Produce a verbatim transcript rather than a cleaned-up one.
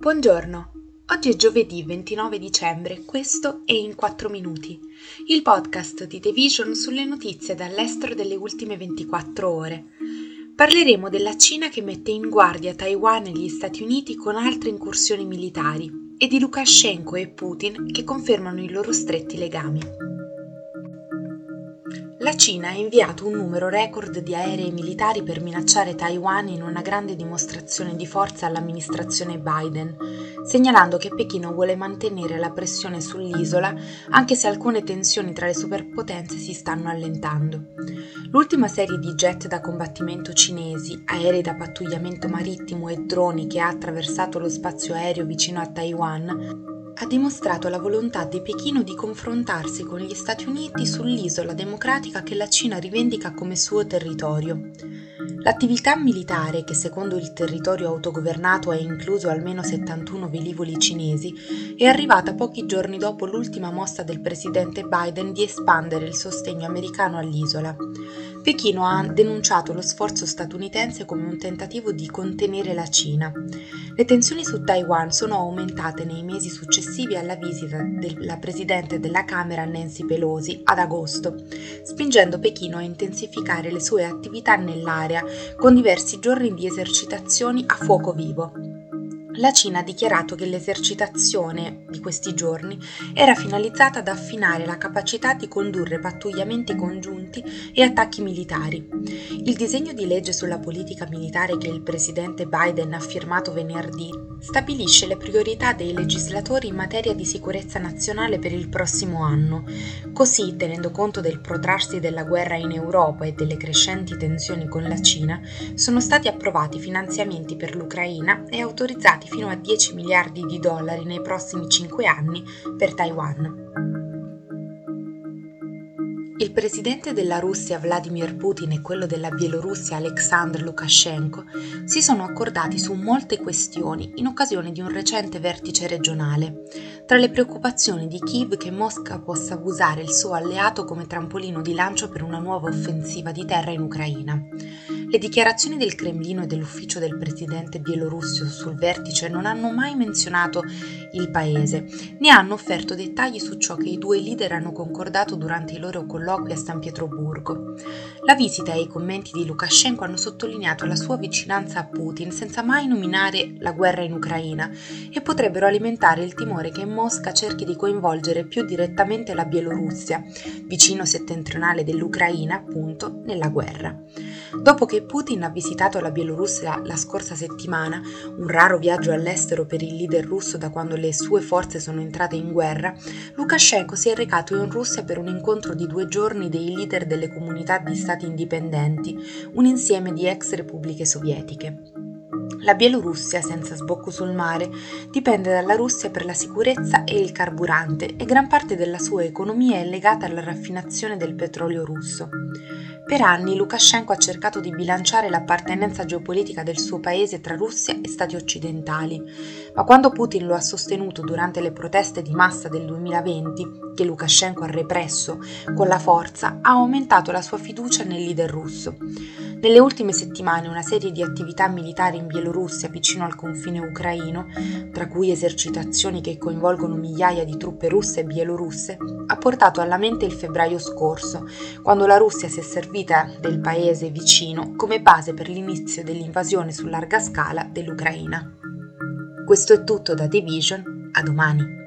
Buongiorno, oggi è giovedì ventinove dicembre, questo è In quattro minuti, il podcast di The Vision sulle notizie dall'estero delle ultime ventiquattro ore. Parleremo della Cina che mette in guardia Taiwan e gli Stati Uniti con altre incursioni militari e di Lukashenko e Putin che confermano i loro stretti legami. La Cina ha inviato un numero record di aerei militari per minacciare Taiwan in una grande dimostrazione di forza all'amministrazione Biden, segnalando che Pechino vuole mantenere la pressione sull'isola anche se alcune tensioni tra le superpotenze si stanno allentando. L'ultima serie di jet da combattimento cinesi, aerei da pattugliamento marittimo e droni che ha attraversato lo spazio aereo vicino a Taiwan ha dimostrato la volontà di Pechino di confrontarsi con gli Stati Uniti sull'isola democratica che la Cina rivendica come suo territorio. L'attività militare, che secondo il territorio autogovernato ha incluso almeno settantuno velivoli cinesi, è arrivata pochi giorni dopo l'ultima mossa del presidente Biden di espandere il sostegno americano all'isola. Pechino ha denunciato lo sforzo statunitense come un tentativo di contenere la Cina. Le tensioni su Taiwan sono aumentate nei mesi successivi alla visita della presidente della Camera Nancy Pelosi ad agosto, spingendo Pechino a intensificare le sue attività nell'area con diversi giorni di esercitazioni a fuoco vivo. La Cina ha dichiarato che l'esercitazione di questi giorni era finalizzata ad affinare la capacità di condurre pattugliamenti congiunti e attacchi militari. Il disegno di legge sulla politica militare che il presidente Biden ha firmato venerdì stabilisce le priorità dei legislatori in materia di sicurezza nazionale per il prossimo anno. Così, tenendo conto del protrarsi della guerra in Europa e delle crescenti tensioni con la Cina, sono stati approvati finanziamenti per l'Ucraina e autorizzati fino a dieci miliardi di dollari nei prossimi cinque anni per Taiwan. Il presidente della Russia Vladimir Putin e quello della Bielorussia Alexandr Lukashenko si sono accordati su molte questioni in occasione di un recente vertice regionale. Tra le preoccupazioni di Kiev che Mosca possa usare il suo alleato come trampolino di lancio per una nuova offensiva di terra in Ucraina. Le dichiarazioni del Cremlino e dell'ufficio del presidente bielorusso sul vertice non hanno mai menzionato il paese, né hanno offerto dettagli su ciò che i due leader hanno concordato durante i loro colloqui a San Pietroburgo. La visita e i commenti di Lukashenko hanno sottolineato la sua vicinanza a Putin senza mai nominare la guerra in Ucraina e potrebbero alimentare il timore che Mosca cerchi di coinvolgere più direttamente la Bielorussia, vicino settentrionale dell'Ucraina, appunto, nella guerra. Dopo che Putin ha visitato la Bielorussia la scorsa settimana, un raro viaggio all'estero per il leader russo da quando le sue forze sono entrate in guerra, Lukashenko si è recato in Russia per un incontro di due giorni dei leader delle comunità di stati indipendenti, un insieme di ex repubbliche sovietiche. La Bielorussia, senza sbocco sul mare, dipende dalla Russia per la sicurezza e il carburante e gran parte della sua economia è legata alla raffinazione del petrolio russo. Per anni Lukashenko ha cercato di bilanciare l'appartenenza geopolitica del suo paese tra Russia e stati occidentali, ma quando Putin lo ha sostenuto durante le proteste di massa del duemilaventi, che Lukashenko ha represso con la forza, ha aumentato la sua fiducia nel leader russo. Nelle ultime settimane una serie di attività militari in Bielorussia vicino al confine ucraino, tra cui esercitazioni che coinvolgono migliaia di truppe russe e bielorusse, ha portato alla mente il febbraio scorso, quando la Russia si è servita del paese vicino come base per l'inizio dell'invasione su larga scala dell'Ucraina. Questo è tutto da The Vision, a domani.